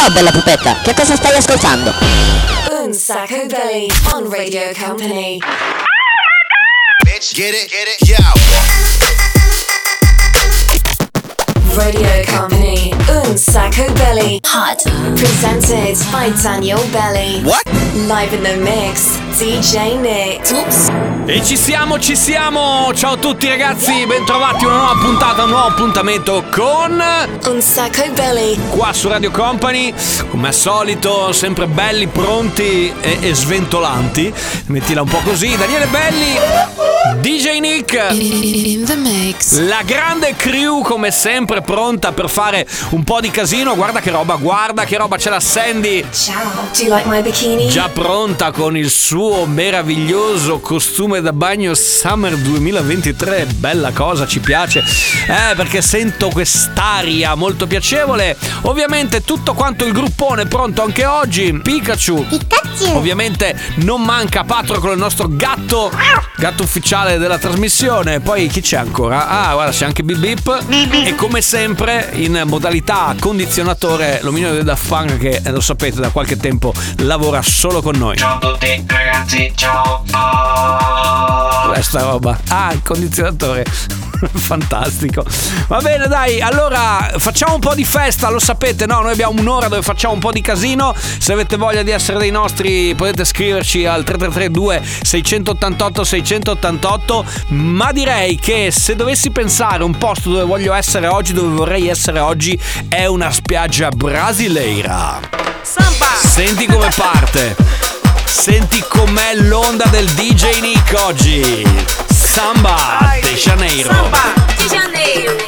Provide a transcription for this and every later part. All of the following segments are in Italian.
Ciao bella pupetta, che cosa stai ascoltando? Un Sacco Belly on Radio Company. Bitch, get it, yo. Radio Company, Un Sacco Belly. Hot. Presented by Daniel Belly. What? Live in the mix, DJ Nick. Oops. E ci siamo! Ciao a tutti ragazzi, bentrovati, una nuova puntata, un nuovo appuntamento con Un Sacco Belly. qua su Radio Company, come al solito, sempre belli, pronti e sventolanti. Mettila un po' così, Daniele Belli, DJ Nick, In the mix. la grande crew come sempre pronta per fare un po' di casino. Guarda che roba, c'è la Sandy Ciao. Do you like my bikini? già pronta con il suo meraviglioso costume da bagno Summer 2023. Bella cosa, ci piace, perché sento quest'aria molto piacevole. Ovviamente tutto quanto il gruppone pronto anche oggi. Pikachu. Ovviamente non manca Patroclo, il nostro gatto ufficiale della trasmissione. Poi chi c'è ancora? Ah, guarda, c'è anche Bip Bip. E come sempre in modalità condizionatore l'omino del Daft Punk, che lo sapete da qualche tempo lavora solo con noi. Ciao a tutti ragazzi, ciao. Questa roba. Ah, il condizionatore. Fantastico. Va bene, dai, allora facciamo un po' di festa, lo sapete, no? Noi abbiamo un'ora dove facciamo un po' di casino. Se avete voglia di essere dei nostri potete scriverci al 3332 688 688. Ma direi che se dovessi pensare un posto dove voglio essere oggi, dove vorrei essere oggi, è una spiaggia brasileira. Senti come parte. Senti com'è l'onda del DJ Nick oggi. Samba de Janeiro. Samba de Janeiro.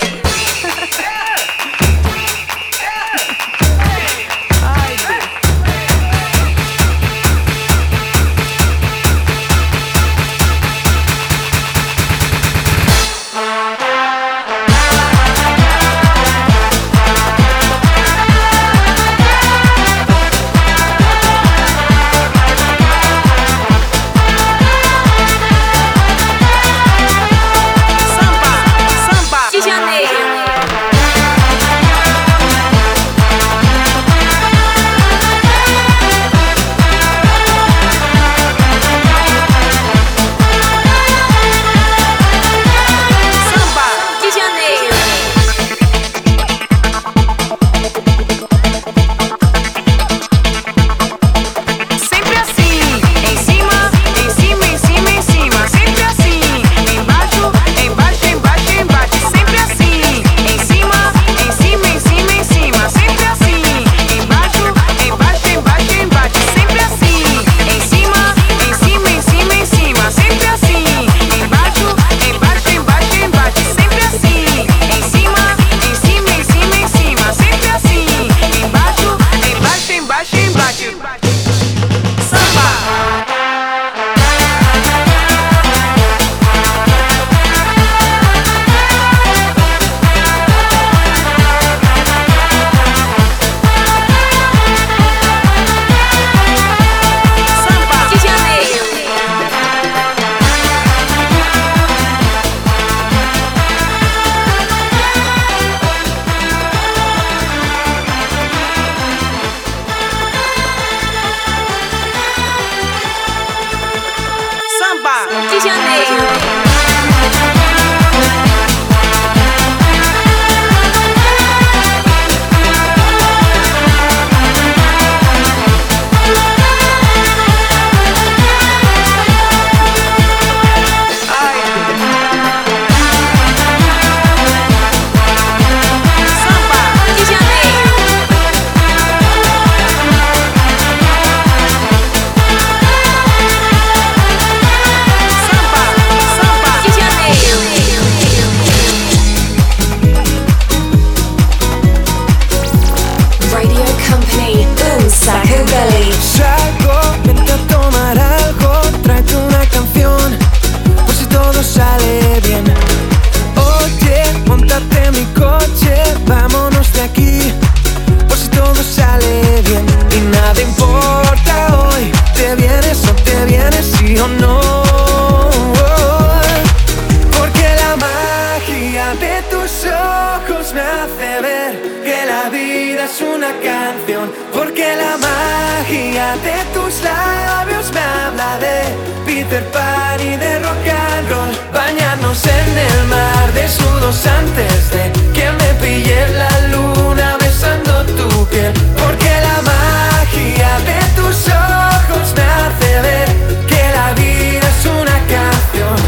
de tus ojos me hace ver que la vida es una canción, porque la magia de tus labios me habla de Peter Pan y de rock and roll. Bañarnos en el mar desnudos antes de que me pille la luna besando tu piel, porque la magia de tus ojos me hace ver que la vida es una canción.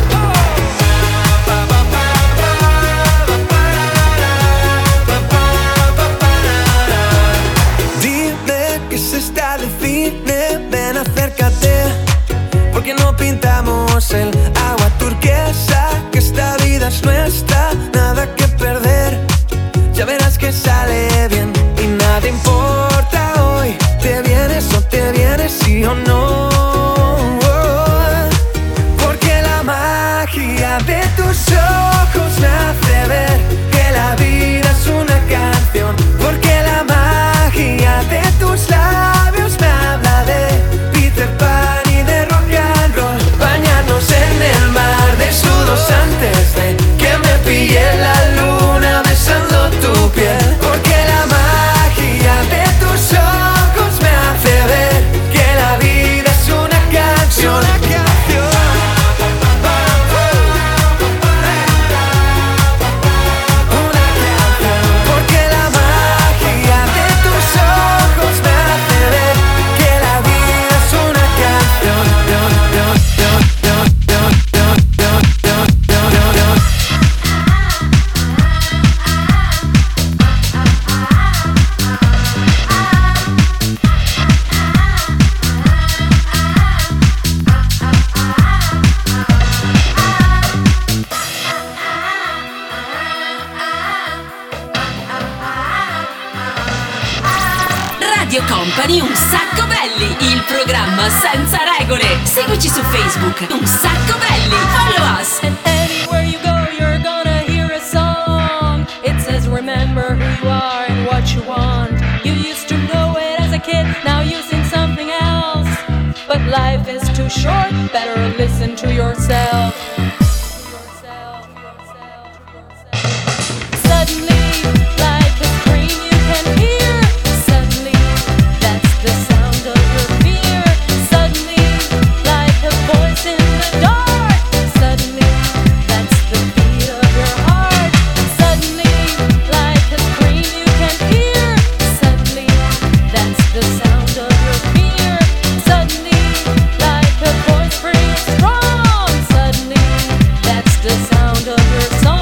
Dime que se está de cine, ven acércate, porque no pintamos el agua turquesa, que esta vida es nuestra, nada que perder, ya verás que sale bien y nada importa hoy, te vienes o te vienes, sí o no, porque la magia de tus ojos me hace ver que la vida es una canción, porque la magia de tus labios me habla de Peter Pan y de rock and roll. Bañarnos en el mar desnudos antes de que me pille la luna besando tu piel, porque la magia de tus ojos me hace ver que la vida es una canción. Porque la magia de tus ojos me hace ver que la vida es una canción. Radio Company Un Sacco Belli, il programma senza regole. Seguici su Facebook, Un Sacco Belli, follow us. And anywhere you go, you're gonna hear a song. It says remember who you are and what you want. You used to know it as a kid, now you sing something else. But life is too short, better listen to yourself. Suddenly, like a scream you can hear. Suddenly, that's the sound of your fear. Suddenly, like a voice in the dark. Suddenly, that's the beat of your heart. Suddenly, like a scream you can hear. Suddenly, that's the sound of your fear. Suddenly, like a voice bringing strong. Suddenly, that's the sound of your song.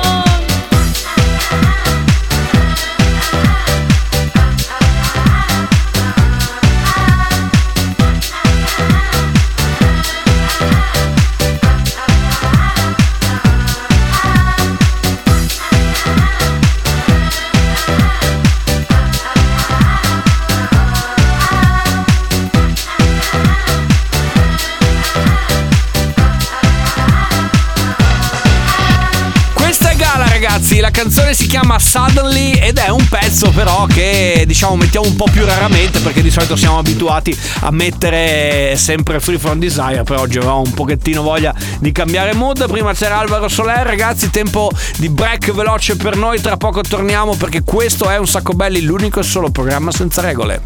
Questa è Gala, ragazzi, la canzone si chiama Suddenly ed è un pezzo però che diciamo mettiamo un po' più raramente, perché di solito siamo abituati a mettere sempre Free From Desire, però oggi avevamo un pochettino voglia di cambiare mood. Prima c'era Alvaro Soler, ragazzi, tempo di break veloce per noi, tra poco torniamo perché questo è Un Sacco Belli, l'unico e solo programma senza regole.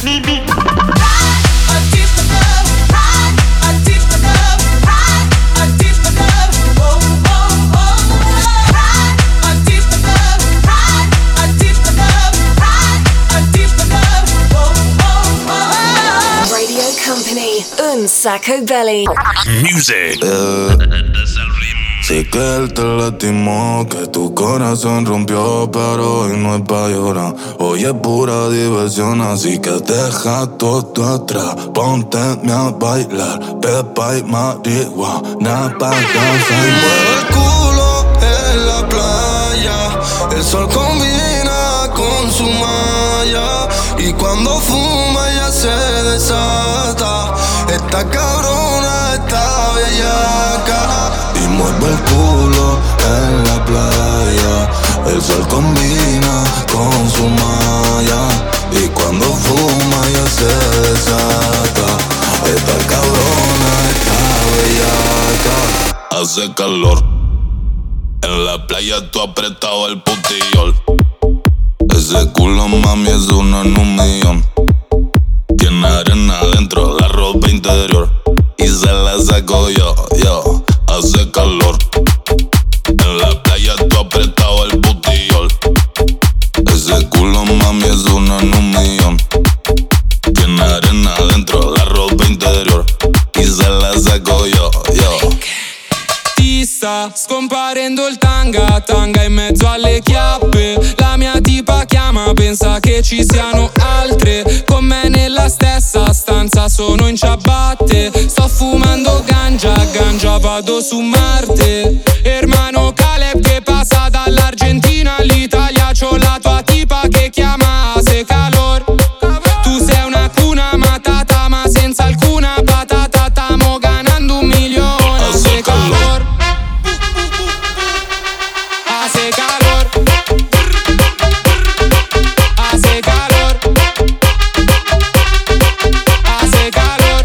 Radio Company, Un Sacco Belly. Music. Sí que él te lastimó, que tu corazón rompió, pero hoy no es pa' llorar. Hoy es pura diversión, así que deja todo atrás. Ponte a bailar, pepa y marihuana pa' casa. Mueve el culo en la playa, el sol combina con su malla. Y cuando fuma ya se desata. Esta cabrona está bellaca. Y mueve el culo en la playa, el sol combina con su malla. Y cuando fuma ya se desata. Esta cabrona está bellaca. Hace calor, en la playa tú apretado el putillol. Ese culo, mami, es uno en un millón. Tiene arena dentro la ropa interior y se la saco yo, hace calor. En la playa tú apretado el botellón. Ese culo, mami, es uno en un millón. Tiene arena dentro la ropa interior y se la saco yo. Ti sta scomparendo il tanga, tanga in mezzo alle chiappe. La mia tipa chiama, pensa che ci siano altre con me nella stessa stanza, sono in ciabatte. Sto fumando ganja, ganja vado su Marte. Hermano Caleb che passa dall'Argentina all'Italia, c'ho la tua tipa che chiama Hace calor. Tu sei una cuna matata ma senza alcuna patata, stamo ganando 1 milione. Hace calor, hace calor, hace calor, hace calor.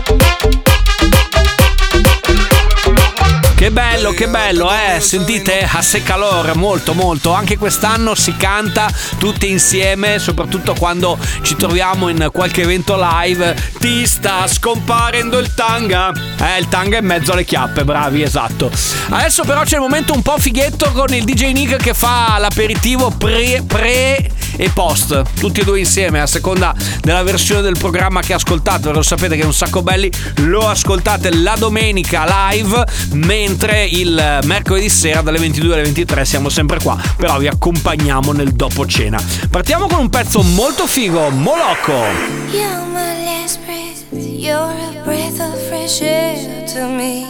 Che bello, sentite? Hace calor, molto molto. Anche quest'anno si canta tutti insieme, soprattutto quando ci troviamo in qualche evento live. Ti sta scomparendo il tanga. Il tanga in mezzo alle chiappe, bravi, esatto. Adesso però c'è il momento un po' fighetto con il DJ Nick che fa l'aperitivo pre e post, tutti e due insieme, a seconda della versione del programma che ascoltate. Lo sapete che è Un Sacco Belli lo ascoltate la domenica live, mentre il mercoledì sera dalle 22 alle 23 siamo sempre qua, però vi accompagniamo nel dopo cena. Partiamo con un pezzo molto figo, Moloko. You're my last breath, you're a breath of fresh air to me.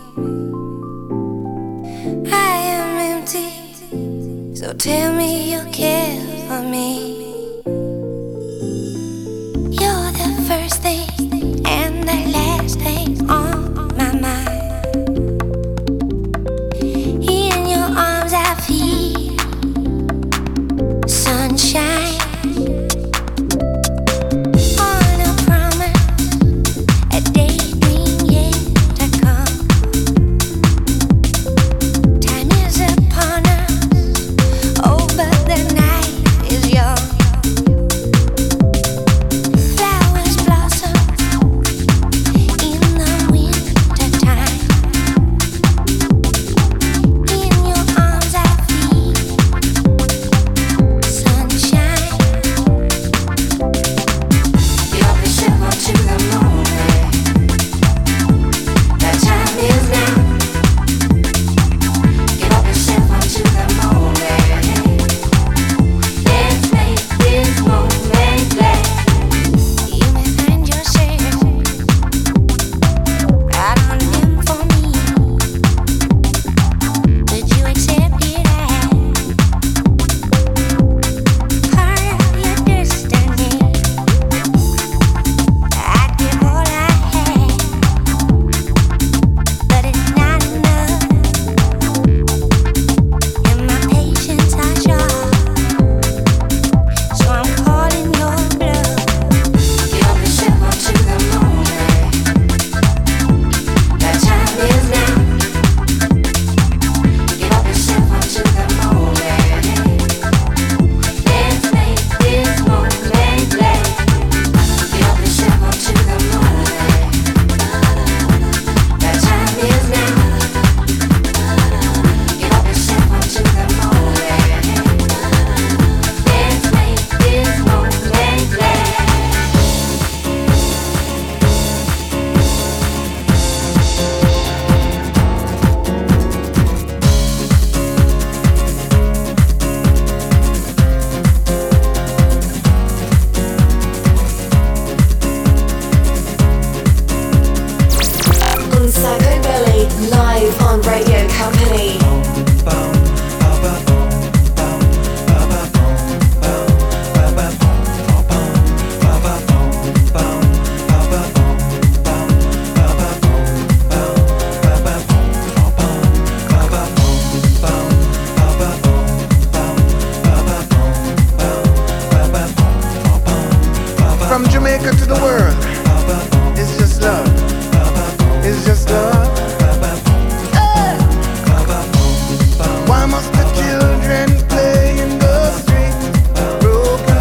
I am empty, so tell me you care for me. You're the first thing and the last thing on my mind. In your arms I feel sunshine. On a promise, a daydream yet to come. Time is upon us, oh but the night is young. Flowers blossom in the winter time. In your arms I feel sunshine. Give up yourself to the moment. The time is now. Give up yourself to the moment. Let's make this moment last. You may find yourself out on a limb for me. Would you accept it as part of your destiny? I'd give all I had, but it's not enough, and my patience are short, so I'm calling your bluff. Give up yourself to the moment. The time is now. Give up yourself to the moment. Let's make this moment last. Give up yourself to the moment. The time is now. Give up yourself to the moment. Let's make this moment last. Un Sacco Belly, live on Radio Company. From Jamaica to the world, it's just love. It's just love. Why must the children play in the street? Broken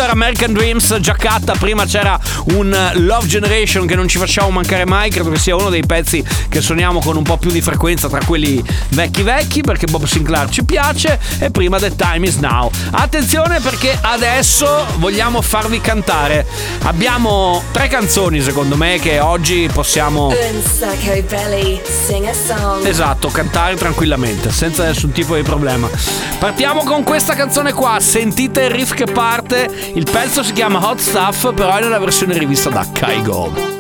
era American Dreams, giaccatta. Prima c'era un Love Generation che non ci facciamo mancare mai. Credo che sia uno dei pezzi che suoniamo con un po' più di frequenza tra quelli vecchi, perché Bob Sinclair ci piace. E prima The Time Is Now. Attenzione, perché adesso vogliamo farvi cantare. Abbiamo 3 canzoni secondo me che oggi possiamo Un Sacco Belly, sing a song. esatto, cantare tranquillamente senza nessun tipo di problema. Partiamo con questa canzone qua. Sentite il riff che parte. Il pezzo si chiama Hot Stuff, però è nella versione rivista da Kygo.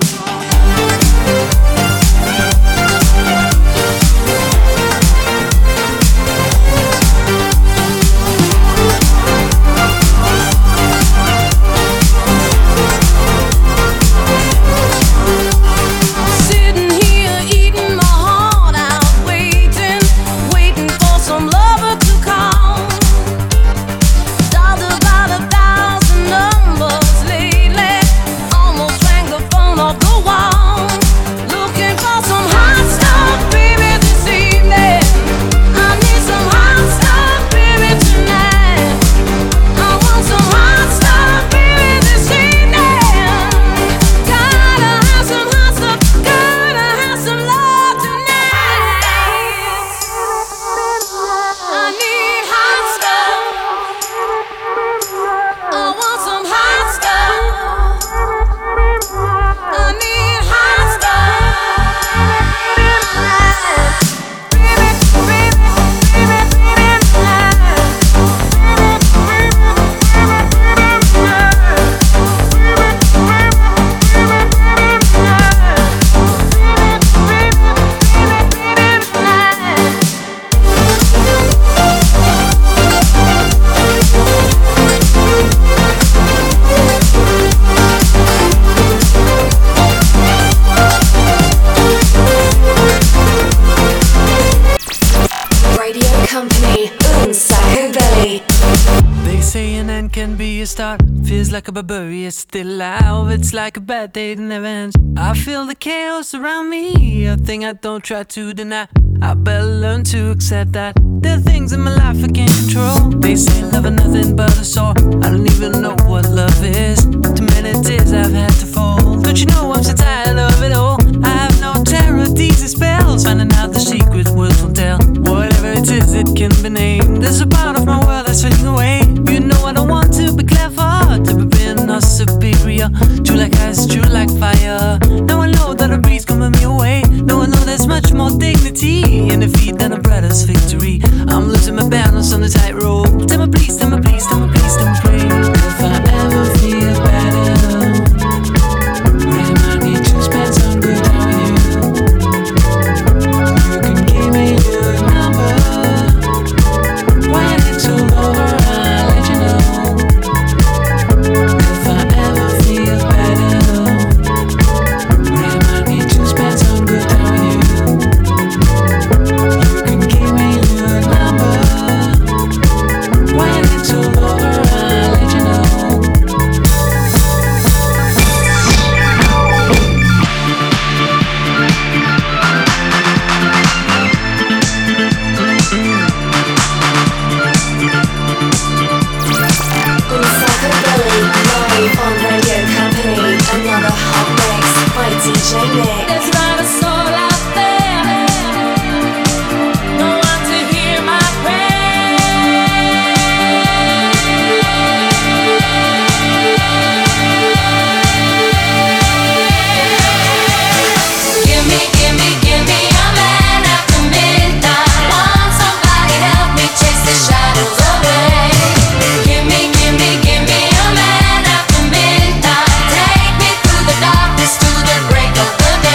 Feels like a barbarian still alive. It's like a bad day that never ends. I feel the chaos around me, a thing I don't try to deny. I better learn to accept that there are things in my life I can't control. They say love is nothing but a sore. I don't even know what love is. Too many tears I've had to fall. Don't you know I'm so tired of it all? I have no terror, these are spells. Finding out the secret words won't tell. Whatever it is, it can be named. There's a part of my world that's fading away. You know I don't want to be clever, to be being or superior. True like ice, true like fire. Now I know that a breeze coming me away. Now I know there's much more dignity in defeat than a brother's victory. I'm losing my balance on the tightrope. Tell me please, tell me please, tell me please, tell me pray. If I ever feel better, remind me to spend some good time with you. You can give me your number. When it's all over, I'll let you know. If I ever feel better, remind me to spend some good time with you. You can give me your number. When it's all over, I'll let you know. Sacco Belly, live on Radio Company. Another hot mix by DJ Nick. There's not a soul out there, no one to hear my Give me a man after midnight. Want somebody help me chase the shadows away. Give me a man after midnight. Take me through the darkness to the break of the day.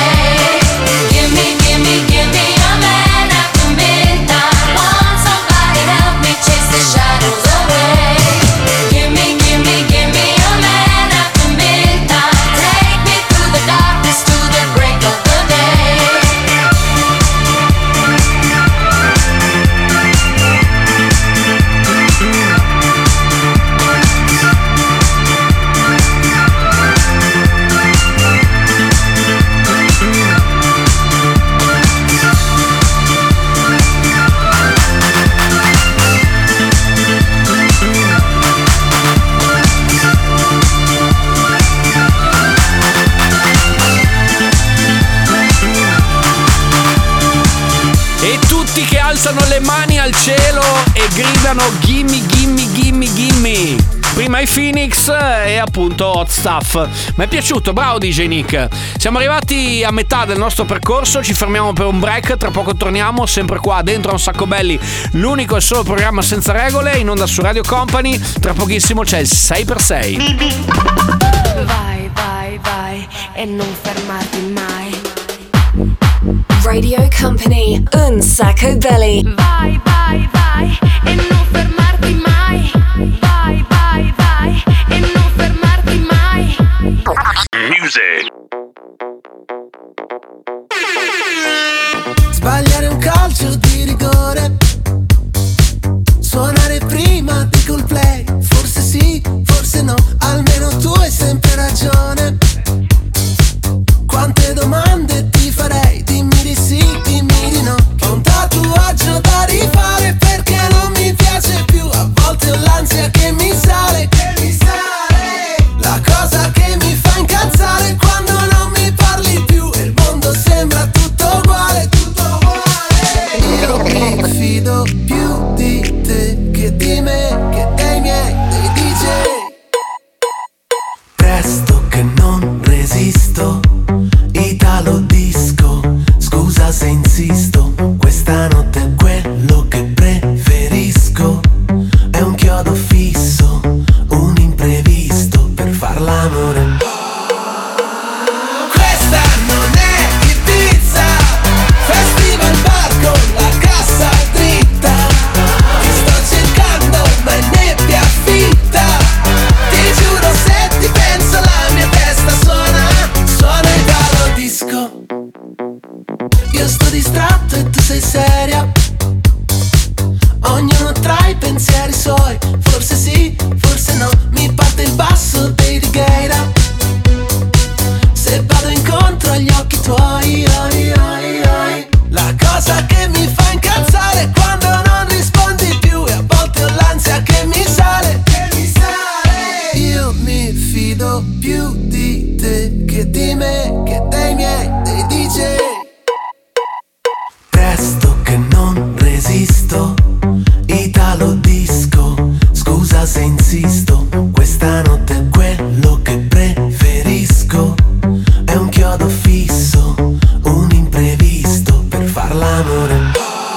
alzano le mani al cielo e gridano gimme, gimme, gimme, gimme. Prima i Phoenix e appunto Hot Stuff. Mi è piaciuto, bravo DJ Nick. Siamo arrivati a metà del nostro percorso, ci fermiamo per un break, tra poco torniamo sempre qua dentro a Un Sacco Belli, l'unico e solo programma senza regole in onda su Radio Company. Tra pochissimo c'è il 6x6. Vai, vai, vai e non fermarti mai. Radio Company, Un Sacco Belli. Vai, vai, vai e non fermarti mai. Vai, vai, vai e non fermarti mai. Music. Sbagliare un calcio di rigore, suonare prima di Coldplay. Forse sì, forse no, almeno tu hai sempre ragione. Quante domande ti farei, dimmi di sì, dimmi di no. Ho un tatuaggio da rifare perché non mi piace più. A volte ho l'ansia che mi sale, la cosa che mi fa incazzare quando non mi parli più e il mondo sembra tutto uguale, tutto uguale. Io mi fido più di te che di me, che dei miei, dei DJ. Presto che non resisto, Italo disco, scusa se insisto, questa notte è quello che preferisco. È un chiodo fisso, un imprevisto per far l'amore. Questa non è Ibiza, festival bar con la cassa dritta. Ti sto cercando ma è nebbia fitta. Ti giuro se ti penso la mia testa suona Italo disco. Io sto distratto e tu sei seria, ognuno tra i pensieri suoi. Forse sì, forse no, mi parte il basso dei Righeira. Se vado incontro agli occhi tuoi, la cosa che mi fa incazzare è quando non rispondi più e a volte ho l'ansia che mi sale. Io mi fido più di te che di me, che dei miei, dei DJ. Presto che non resisto, Italo disco, scusa se insisto, questa notte è quello che preferisco. È un chiodo fisso, un imprevisto per far l'amore.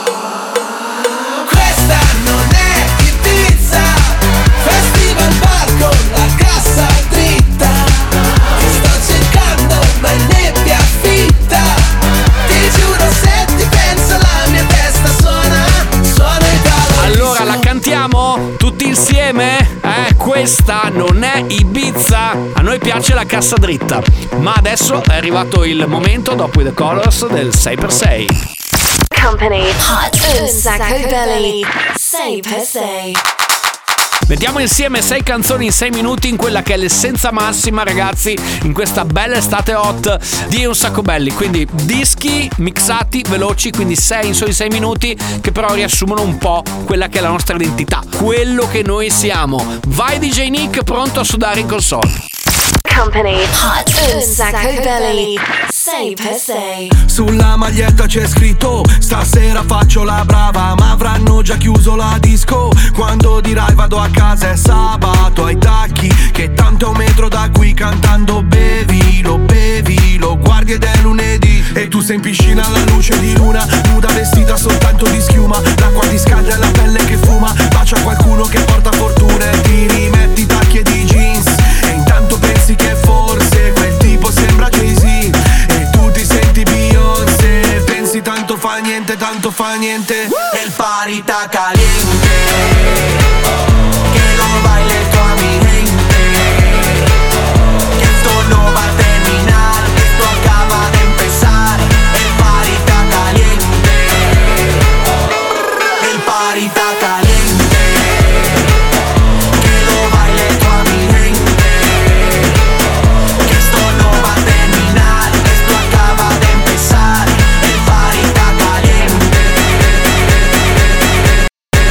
Questa non è Ibiza, festival bar con la cassa dritta. Ti sto cercando ma è nebbia fitta. Ti giuro se ti penso la mia testa suona Italo. Allora la cantiamo tutti insieme? Questa non è Ibiza. A noi piace la cassa dritta, ma adesso è arrivato il momento, dopo i The Colors, del 6x6. Company, Hot Un Sacco Belli, 6x6. Mettiamo insieme 6 canzoni in 6 minuti in quella che è l'essenza massima, ragazzi, in questa bella estate hot di Un Sacco Belli. Quindi dischi mixati, veloci, quindi 6 in soli 6 minuti, che però riassumono un po' quella che è la nostra identità, quello che noi siamo. Vai DJ Nick, pronto a sudare in console. Company, Hot Un Sacco Belli, 6x6. Sulla maglietta c'è scritto stasera faccio la brava, ma avranno già chiuso la disco. Quando dirai vado a casa è sabato, ai tacchi che tanto è un metro da qui, cantando bevilo, guardi ed è lunedì e tu sei in piscina alla luce di luna, nuda vestita soltanto di schiuma, l'acqua ti scalda e la pelle che fuma, bacia qualcuno che porta fortuna e ti rimetti tacchi e di jeans e intanto pensi che forse quel tipo sembra Jay-Z e tu ti senti Beyoncé, pensi tanto fa niente e il party sta caliente, que lo baile toda mi gente, que esto no va a terminar, esto acaba de empezar, el party está caliente, el party está caliente, que lo baile toda mi gente, que esto no va a terminar, esto acaba de empezar, el party está caliente.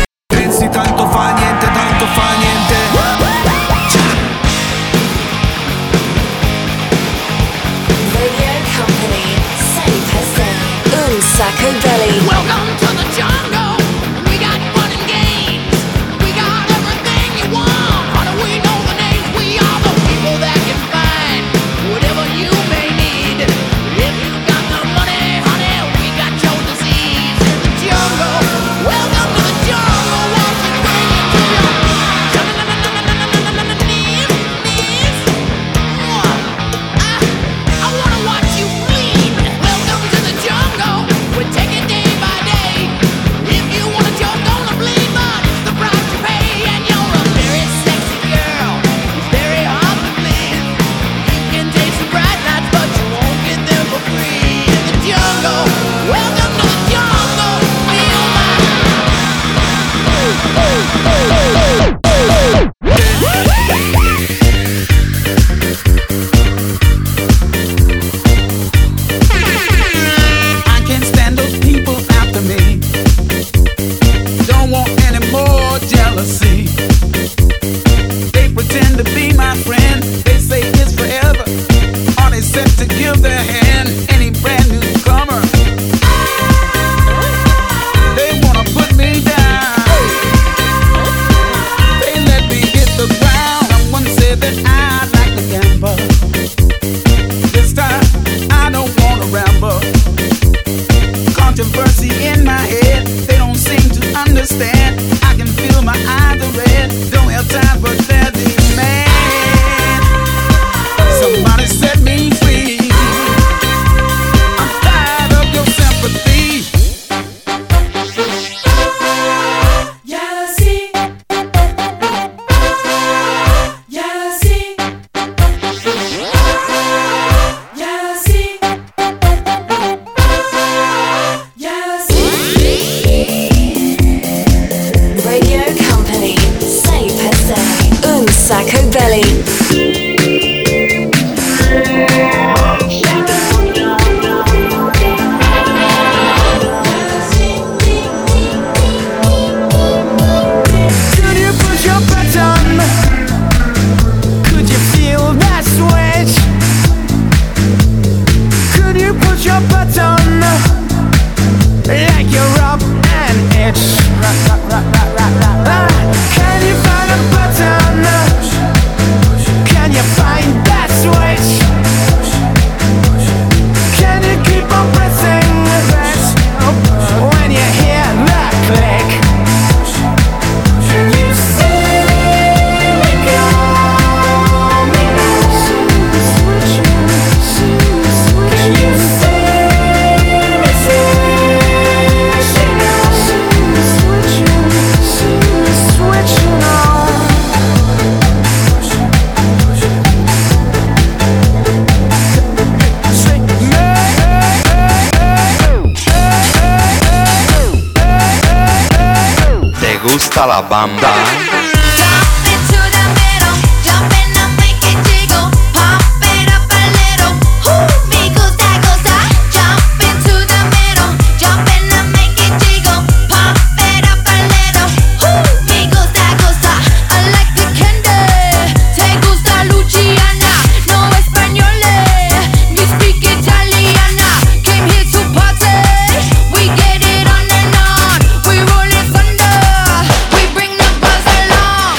gusta la bamba? Jump into the middle, jump in and make it jiggle, pump it up a little. Me gusta, gusta. Jump into the middle, jump in and make it jiggle, pump it up a little. Me gusta, gusta. I like the candy. Te gusta Luciana? No españole. We speak Italiana. Came here to party. We get it on and on. We roll it thunder. We bring the buzz along.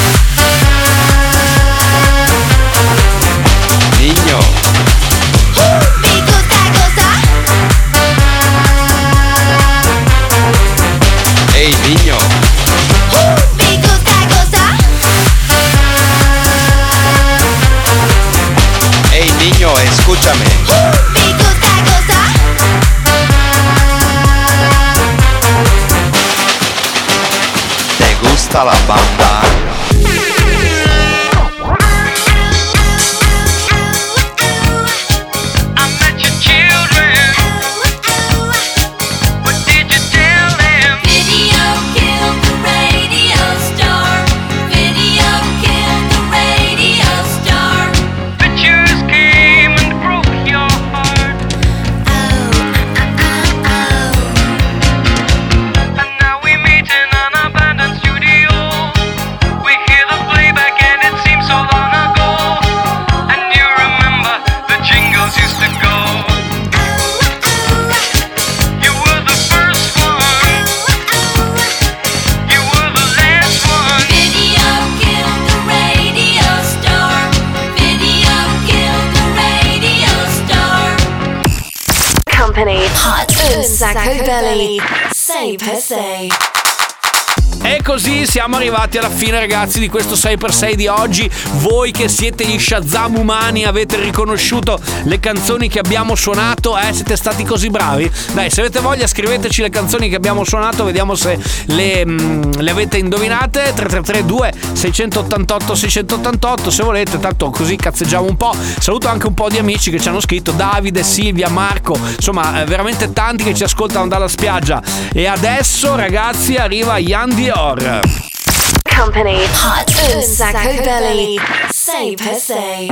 Niño, Me gusta, gusta. ehi niño, Me gusta, gusta. ehi niño, escúchame. Me gusta, gusta. ¿Te gusta la bamba? Video killed the radio star. Video killed the radio star. Pictures came and broke your heart. And now we meet in an abandoned studio. We hear the playback and it seems so long ago. And you remember the jingles used to go. You were the first one. You were the last one. Video killed the radio star. Video killed the radio star. Company Hot un sacco belly. Say per se. E così siamo arrivati alla fine, ragazzi, di questo 6x6 di oggi. Voi che siete gli Shazam umani, avete riconosciuto le canzoni che abbiamo suonato? Siete stati così bravi? Dai, se avete voglia scriveteci le canzoni che abbiamo suonato, vediamo se le avete indovinate. 3332 688 688 se volete, tanto così cazzeggiamo un po'. Saluto anche un po' di amici che ci hanno scritto: Davide, Silvia, Marco, insomma veramente tanti che ci ascoltano dalla spiaggia. E adesso, ragazzi, arriva Ian Dior. Company Hot un sacco belly. Say per se.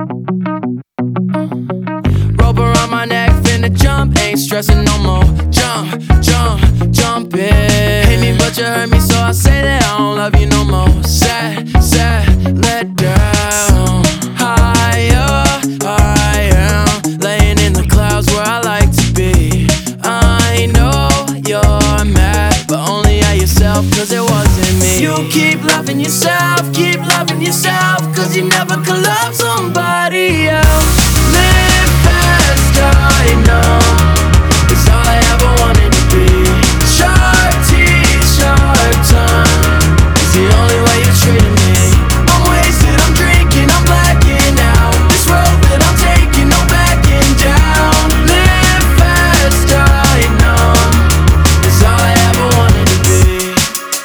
Rope around my neck, finna jump, ain't stressing no more. Jump, jump, jump it. Hate me, but you hurt me, so I say that I don't love you no more. Sad, sad, let down. Higher, I am laying in the clouds where I like to be. I know you're mad, but only at yourself, cause it wasn't me. You keep loving yourself, cause you never could love somebody else. Live fast, I know, it's all I ever wanted to be. Sharp teeth, sharp tongue, it's the only way you treated me. I'm wasted, I'm drinking, I'm blacking out. This road that I'm taking, no backing down. Live fast, I know, it's all I ever wanted to be.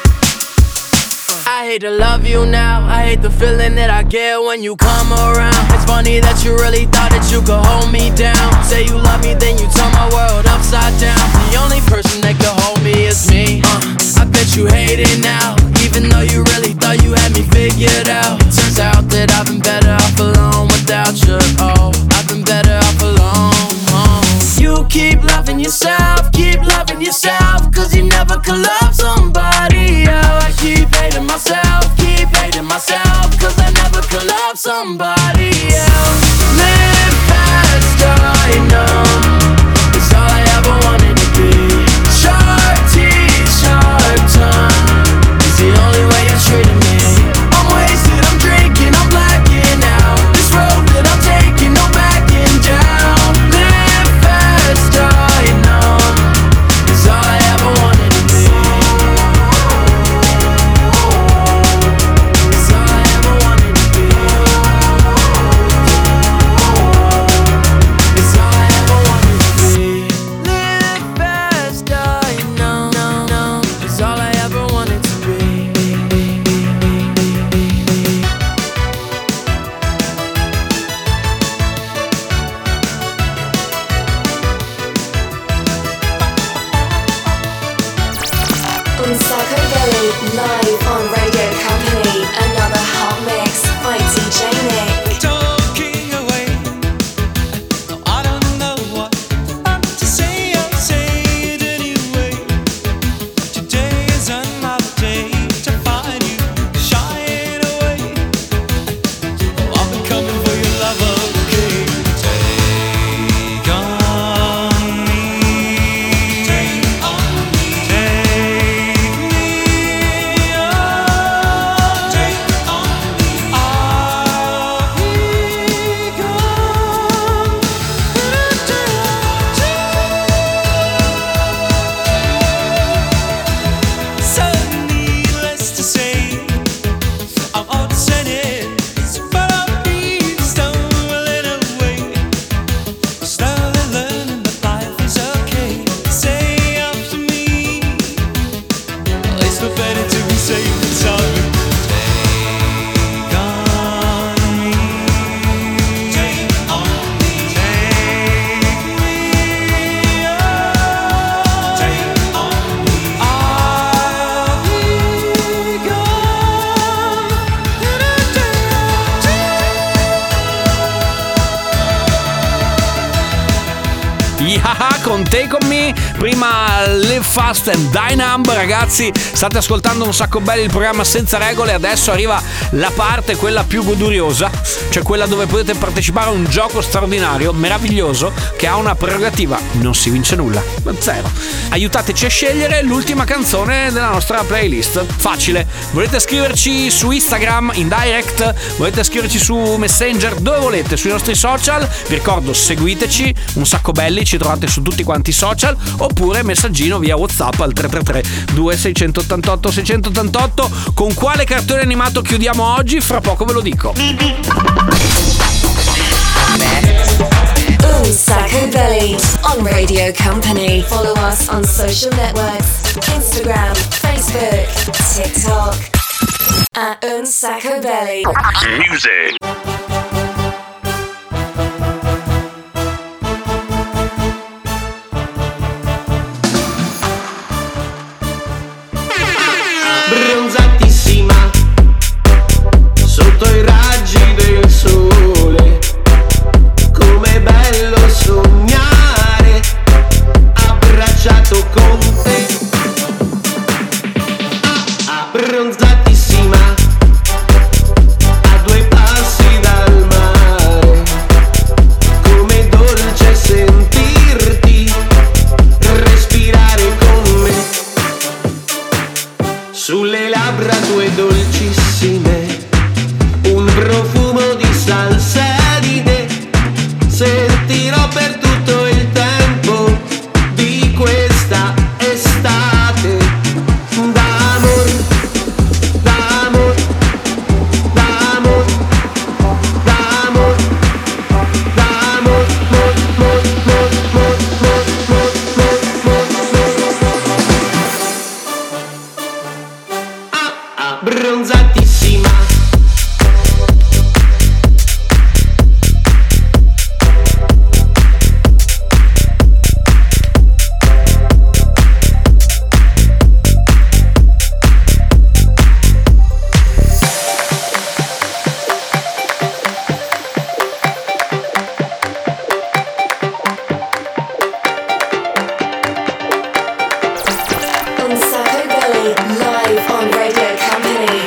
I hate to love you now, I hate the feeling that I get when you come around. It's funny that you really thought that you could hold me down. Say you love me, then you turn my world upside down. The only person that could hold me is me. I bet you hate it now, even though you really thought you had me figured out. Turns out that I've been better off alone without you. Oh, I've been better off alone. You keep loving yourself, cause you never could love somebody else. I keep hating myself, cause I never could love somebody else. Live fast, I know, it's all I ever wanted to be. Sharp teeth, sharp tongue, it's the only way you treated me. I'm wasted, I'm drinking, I'm blacking out. Haha con Take On Me, prima Live Fast and Die Numb. Ragazzi, state ascoltando Un Sacco Belli, il programma senza regole. Adesso arriva la parte, quella più goduriosa, cioè quella dove potete partecipare a un gioco straordinario, meraviglioso, che ha una prerogativa: non si vince nulla, zero. Aiutateci a scegliere l'ultima canzone della nostra playlist. Facile, volete scriverci su Instagram in direct, volete scriverci su Messenger, dove volete, sui nostri social. Vi ricordo, seguiteci, Un Sacco Belli, ci trovate su tutti quanti i social, oppure messaggino via WhatsApp al 333 2688 688. Con quale cartone animato chiudiamo oggi? Fra poco ve lo dico. Un Sacco Belly on Radio Company. Follow us on social networks: Instagram, Facebook, TikTok at Un Sacco Belly. Music. Bronzatissima sotto i raggi del sole, com'è bello sognare abbracciato con te. Bronzatissima a due passi dal mare, com'è dolce sentirti respirare con me. Sulle labbra tue dolcissime, un profumo di salsedine, sentirò per tutto il tempo di questa estate. D'amor, d'amor, d'amor, d'amor, d'amor, mor, mor, mor, mor, mor, mor, mor, mor. Bronzatissima. Un Sacco Belly live on Radio Company.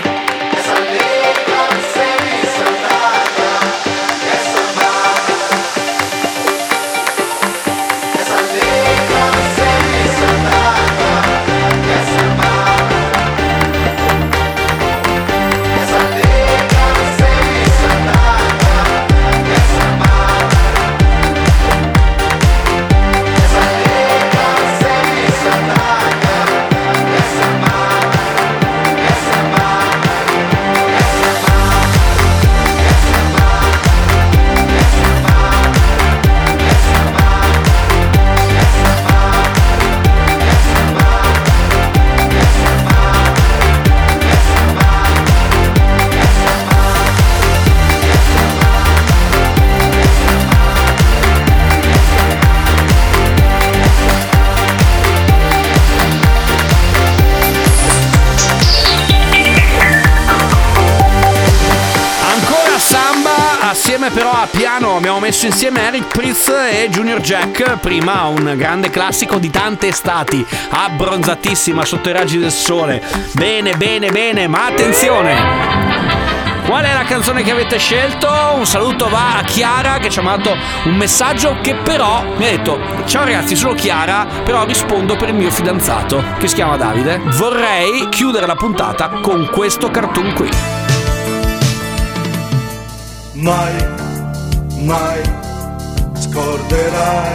Assieme però a piano abbiamo messo insieme Eric Prydz e Junior Jack. Prima un grande classico di tante estati, abbronzatissima sotto i raggi del sole. Bene, bene, bene, ma attenzione! Qual è la canzone che avete scelto? Un saluto va a Chiara, che ci ha mandato un messaggio che però mi ha detto: ciao ragazzi, sono Chiara, però rispondo per il mio fidanzato, che si chiama Davide. Vorrei chiudere la puntata con questo cartoon qui. Mai, mai scorderai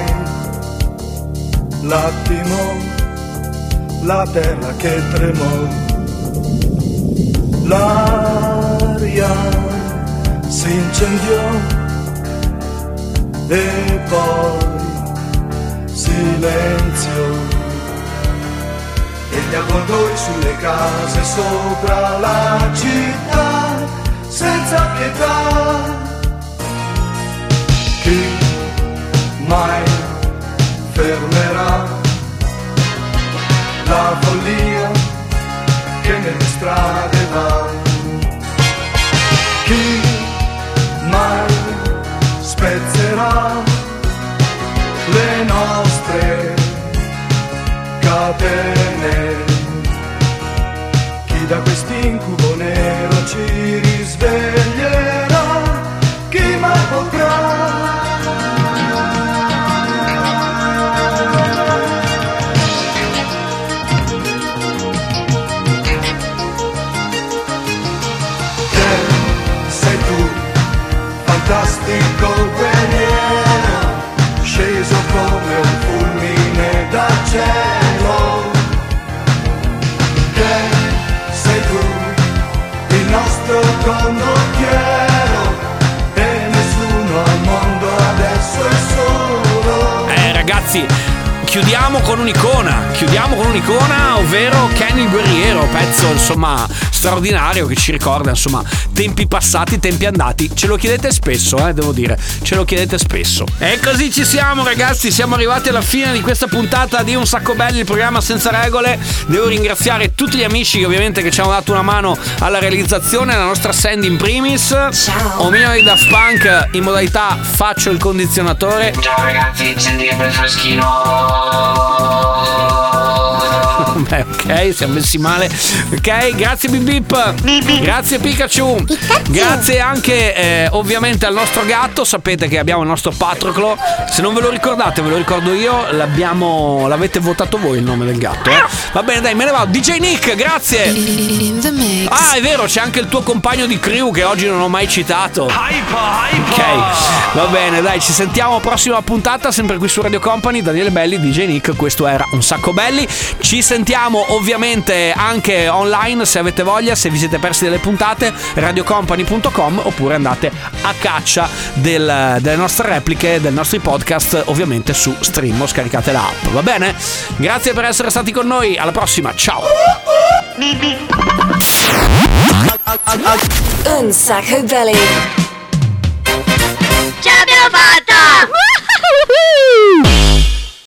l'attimo, la terra che tremò, l'aria si incendiò e poi silenzio, e gli avvoltoi sulle case sopra la città senza pietà. Chi mai fermerà la follia che nelle strade va? Chi mai spezzerà le nostre caperne. Chi da quest'incubo nero ci risveglierà, chi mai potrà? Sei tu, fantastico guerriero, sceso come un fulmine dal cielo. Che sei tu, il nostro condottiero, e nessuno al mondo adesso è solo. Ragazzi, chiudiamo con un'icona, ovvero Kenny il Guerriero, pezzo insomma straordinario che ci ricorda insomma tempi passati, tempi andati. Ce lo chiedete spesso, devo dire, ce lo chiedete spesso. E così ci siamo, ragazzi, siamo arrivati alla fine di questa puntata di Un Sacco Belli, il programma senza regole. Devo ringraziare tutti gli amici ovviamente che ci hanno dato una mano alla realizzazione, la nostra Sandy in primis. Ciao. Omino di Daft Punk in modalità faccio il condizionatore. Ciao ragazzi, senti che bel freschino. Beh, ok, siamo messi male. Ok, grazie Bip Bip. Grazie Pikachu. Grazie anche ovviamente al nostro gatto. Sapete che abbiamo il nostro Patroclo. Se non ve lo ricordate, ve lo ricordo io. L'avete votato voi il nome del gatto, Va bene, dai, me ne vado. DJ Nick, grazie. Ah, è vero, c'è anche il tuo compagno di crew che oggi non ho mai citato. Ok, va bene, dai, ci sentiamo prossima puntata, sempre qui su Radio Company. Daniele Belli, DJ Nick, questo era Un Sacco Belli. Ci sentiamo ovviamente anche online se avete voglia, se vi siete persi delle puntate, radiocompany.com, oppure andate a caccia delle nostre repliche, dei nostri podcast ovviamente su Stream, o scaricate la app, va bene? Grazie per essere stati con noi, alla prossima, ciao! Un Sacco Belli.